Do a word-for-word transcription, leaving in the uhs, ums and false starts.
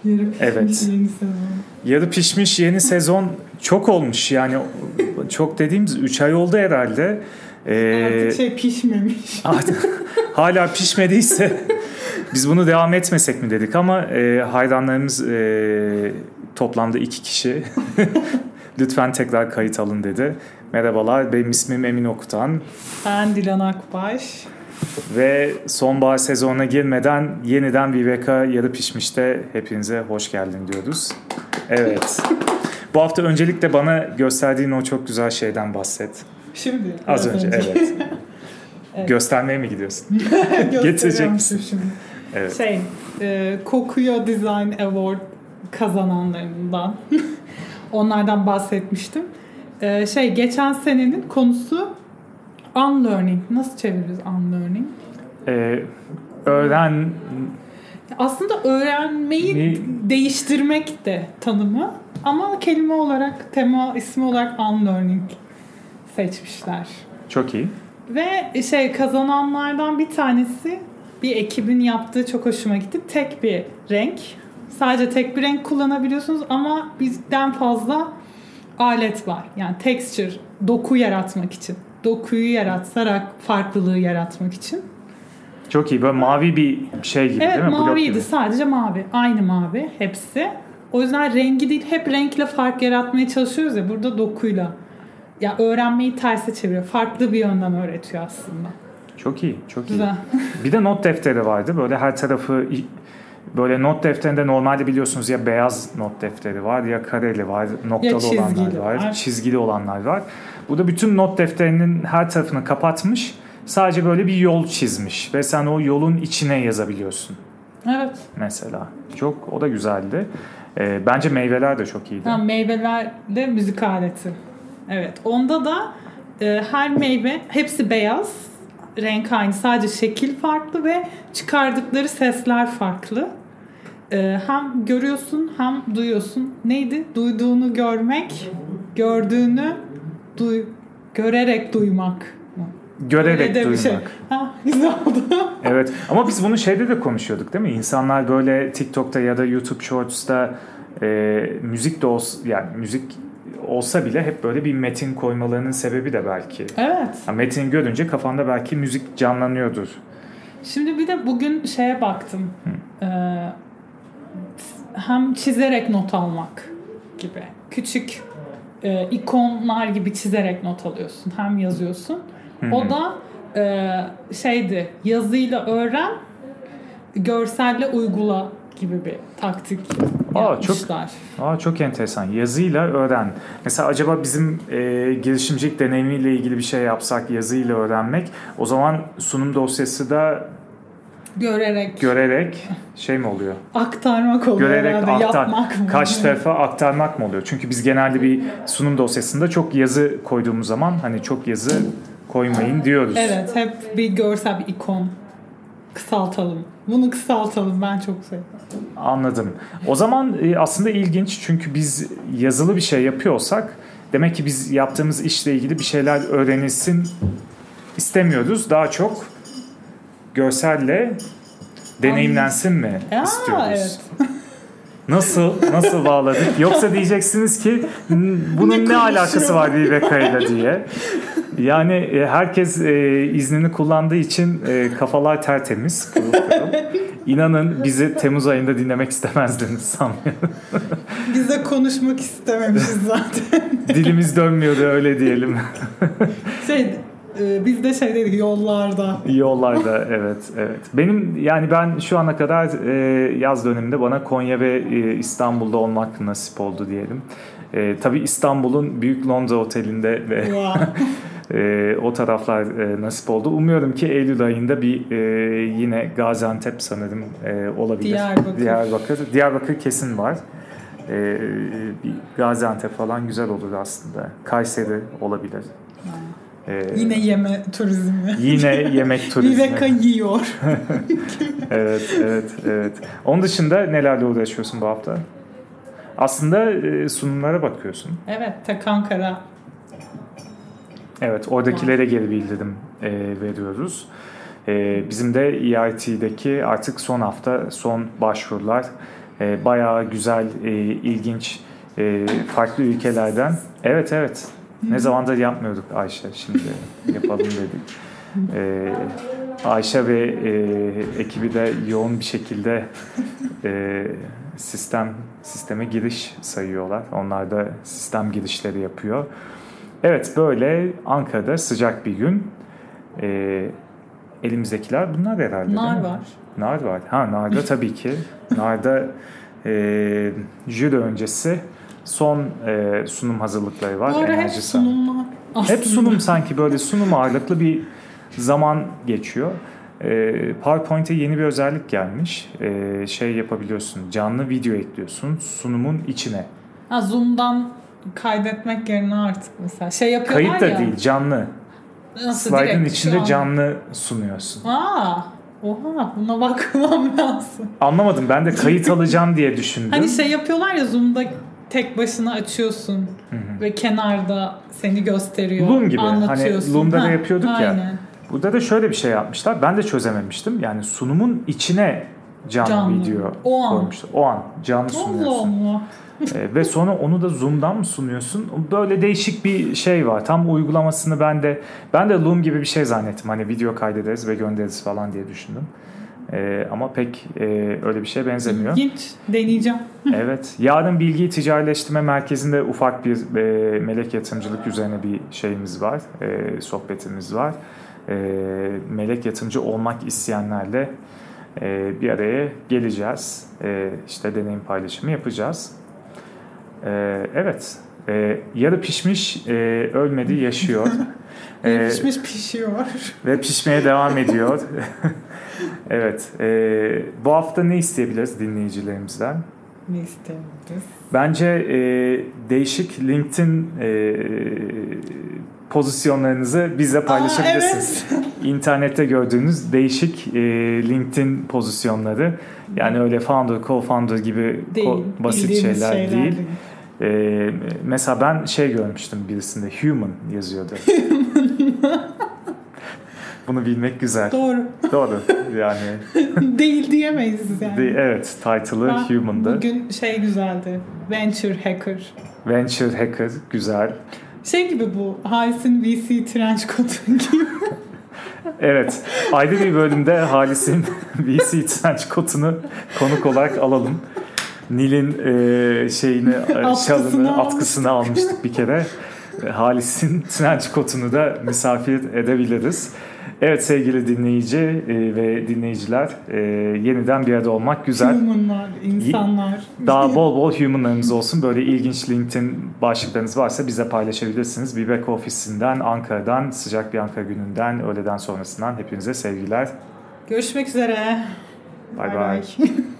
Yarı pişmiş Evet. yeni sezon. Yarı pişmiş yeni sezon çok olmuş. Yani çok dediğimiz üç ay oldu herhalde. Ee, artık şey pişmemiş. Artık, hala pişmediyse biz bunu devam etmesek mi dedik ama e, hayranlarımız e, toplamda iki kişi. Lütfen tekrar kayıt alın dedi. Merhabalar, benim ismim Emin Okutan. Ben Dilan Akbaş. Ve sonbahar sezonuna girmeden yeniden Viveka Yarı Pişmiş'te hepinize hoş geldin diyoruz. Evet. Bu hafta öncelikle bana gösterdiğin o çok güzel şeyden bahset. Şimdi. Az önce, önce. evet. Evet. Göstermeye mi gidiyorsun? Getirecek misin? Şimdi. Evet. Şey, e, Kokuyo Design Award kazananlarından. Onlardan bahsetmiştim. E, şey, geçen senenin konusu unlearning. Nasıl çeviririz unlearning? Ee, öğren... Aslında öğrenmeyi ne? Değiştirmek de tanımı. Ama kelime olarak, tema ismi olarak unlearning seçmişler. Çok iyi. Ve şey, kazananlardan bir tanesi, bir ekibin yaptığı çok hoşuma gitti. Tek bir renk. Sadece tek bir renk kullanabiliyorsunuz ama bizden fazla alet var. Yani texture, doku yaratmak için. Dokuyu yaratarak farklılığı yaratmak için. Çok iyi. Böyle mavi bir şey gibi, evet, değil mi? Evet, maviydi. Gibi. Sadece mavi. Aynı mavi hepsi. O yüzden rengi değil, hep renkle fark yaratmaya çalışıyoruz ya. Burada dokuyla. Ya öğrenmeyi terse çeviriyor. Farklı bir yönden öğretiyor aslında. Çok iyi, çok Güzel. iyi. Bir de not defteri vardı. Böyle her tarafı böyle not defterinde normalde biliyorsunuz ya beyaz not defteri var ya kareli var, noktalı olanlar var, var, çizgili olanlar var. Bu da bütün not defterinin her tarafını kapatmış. Sadece böyle bir yol çizmiş ve sen o yolun içine yazabiliyorsun. Evet. Mesela. Çok, o da güzeldi. Ee, bence meyveler de çok iyiydi. Ha, meyveler de müzik aleti. Evet. Onda da e, her meyve hepsi beyaz. Renk aynı. Sadece şekil farklı ve çıkardıkları sesler farklı. E, hem görüyorsun hem duyuyorsun. Neydi? Duyduğunu görmek, gördüğünü duy, görerek duymak. Görerek duymak. Şey. Ha, güzel oldu. Evet. Ama biz bunu şeyde de konuşuyorduk değil mi? İnsanlar böyle TikTok'ta ya da YouTube Shorts'ta e, müzik de olsa, yani müzik olsa bile hep böyle bir metin koymalarının sebebi de belki. Evet. Yani metini görünce kafanda belki müzik canlanıyordur. Şimdi bir de bugün şeye baktım. Ee, hem çizerek not almak gibi. Küçük e, ikonlar gibi çizerek not alıyorsun. Hem yazıyorsun. Hı-hı. O da e, şeydi, yazıyla öğren, görselle uygula gibi bir taktik aa, yapmışlar. Çok, aa, çok enteresan. Yazıyla öğren. Mesela acaba bizim e, girişimcilik deneyimiyle ilgili bir şey yapsak, yazıyla öğrenmek, o zaman sunum dosyası da görerek görerek şey mi oluyor? Aktarmak oluyor görerek herhalde. Aktar, yapmak mı? Kaç tarafa aktarmak mı oluyor? Çünkü biz genelde bir sunum dosyasında çok yazı koyduğumuz zaman hani çok yazı koymayın diyoruz. Evet, hep bir görsel bir ikon. Kısaltalım. Bunu kısaltalım. Ben çok seviyorum. Anladım. O zaman aslında ilginç, çünkü biz yazılı bir şey yapıyorsak demek ki biz yaptığımız işle ilgili bir şeyler öğrenilsin istemiyoruz. Daha çok görselle deneyimlensin mi Aa, istiyoruz? Evet. Nasıl? Nasıl bağladık? Yoksa diyeceksiniz ki bunun ne, ne alakası var Viveka'yla diye. Yani herkes e, iznini kullandığı için e, kafalar tertemiz. Pırıl pırıl. İnanın bizi Temmuz ayında dinlemek istemezdiniz sanmıyorum. Biz de konuşmak istememişiz zaten. Dilimiz dönmüyordu, öyle diyelim. Şey, e, biz de şey dedik, yollarda. Yollarda, evet, evet. Benim yani ben şu ana kadar e, yaz döneminde bana Konya ve e, İstanbul'da olmak nasip oldu diyelim. E, tabii İstanbul'un Büyük Londra Oteli'nde ve e, o taraflar e, nasip oldu. Umuyorum ki Eylül ayında bir e, yine Gaziantep sanırım e, olabilir. Diyarbakır. Diyarbakır. Diyarbakır kesin var. E, bir Gaziantep falan güzel olur aslında. Kayseri olabilir. Ee, yine yeme turizmi. Yine yemek turizmi. Viveka yiyor. evet, evet, evet. Onun dışında nelerle uğraşıyorsun bu hafta? Aslında e, sunumlara bakıyorsun. Evet, tek Ankara. Evet, oradakilere geri bildirim e, veriyoruz. E, bizim de E I T'deki artık son hafta, son başvurular E, bayağı güzel, e, ilginç, e, farklı ülkelerden. Evet evet. Ne zamandır yapmıyorduk Ayşe. Şimdi yapalım dedik. E, Ayşe ve e, ekibi de yoğun bir şekilde e, sistem sisteme giriş sayıyorlar. Onlar da sistem girişleri yapıyor. Evet, böyle Ankara'da sıcak bir gün. E, elimizdekiler bunlar herhalde. Nar var. Nar var. Ha, Nar'da tabii ki. Nar'da e, jüri öncesi son e, sunum hazırlıkları var. Bu ara hep Enerji sunumlar. Aslında. Hep sunum, sanki böyle sunum ağırlıklı bir zaman geçiyor. E, PowerPoint'e yeni bir özellik gelmiş. E, şey yapabiliyorsun, canlı video ekliyorsun sunumun içine. Ha, Zoom'dan kaydetmek yerine artık mesela şey yapıyorlar Kayıt da ya. değil, canlı. Nasıl, Slide'ın direkt içinde şu an? canlı sunuyorsun. Aa, oha, buna bakmam lazım. Anlamadım, ben de kayıt alacağım diye düşündüm. Hani şey yapıyorlar ya, Zoom'da tek başına açıyorsun Hı-hı. ve kenarda seni gösteriyor. Loom gibi. Anlatıyorsun. Hani Loom'da ha, da yapıyorduk aynen. ya. Burada da şöyle bir şey yapmışlar. Ben de çözememiştim. Yani sunumun içine canlı, Canlı. video O an. koymuşlar. O an canlı sunuyorsun. Allah Allah. ee, ve sonra onu da Zoom'dan mı sunuyorsun? Böyle değişik bir şey var. Tam uygulamasını ben de ben de Loom gibi bir şey zannettim. Hani video kaydederiz ve göndeririz falan diye düşündüm. Ee, ama pek e, öyle bir şeye benzemiyor. İlginç. Deneyeceğim. Evet. Yarın Bilgi Ticaretleştirme Merkezi'nde ufak bir e, melek yatırımcılık üzerine bir şeyimiz var. E, sohbetimiz var. E, melek yatırımcı olmak isteyenlerle e, bir araya geleceğiz. E, işte deneyim paylaşımı yapacağız. E, evet. E, yarı pişmiş, e, ölmedi, yaşıyor. E, pişmiş pişiyor. Ve pişmeye devam ediyor. Evet. E, bu hafta ne isteyebiliriz dinleyicilerimizden? Ne isteyebiliriz? Bence e, değişik LinkedIn e, pozisyonlarınızı bizle paylaşabilirsiniz. Aa, evet. İnternette gördüğünüz değişik e, LinkedIn pozisyonları. Yani öyle founder, co-founder gibi Değil, ko- basit bildiğimiz şeyler, şeyler değil. değil. E, mesela ben şey görmüştüm birisinde, human yazıyordu. Bunu bilmek güzel. Doğru. Doğru. Yani. Değil diyemeyiz yani. De, evet, title'ı Ben human'dı. Bugün şey güzeldi. Venture Hacker. Venture Hacker güzel. Şey gibi bu. Halis'in V C trench coat'u gibi. Evet. Ayrı bir bölümde Halis'in V C trench coat'unu konuk olarak alalım. Nil'in e, şeyini, Atkısını şalını, almıştık. atkısını almıştık bir kere. Halis'in trench coat'unu da misafir edebiliriz. Evet sevgili dinleyici e, ve dinleyiciler, e, yeniden bir arada olmak güzel. Humanlar, insanlar. Daha bol bol humanlarınız olsun. Böyle ilginç LinkedIn başlıklarınız varsa bize paylaşabilirsiniz. Bir back ofisinden, Ankara'dan, sıcak bir Ankara gününden, öğleden sonrasından hepinize sevgiler. Görüşmek üzere. Bye Bye bye. bye.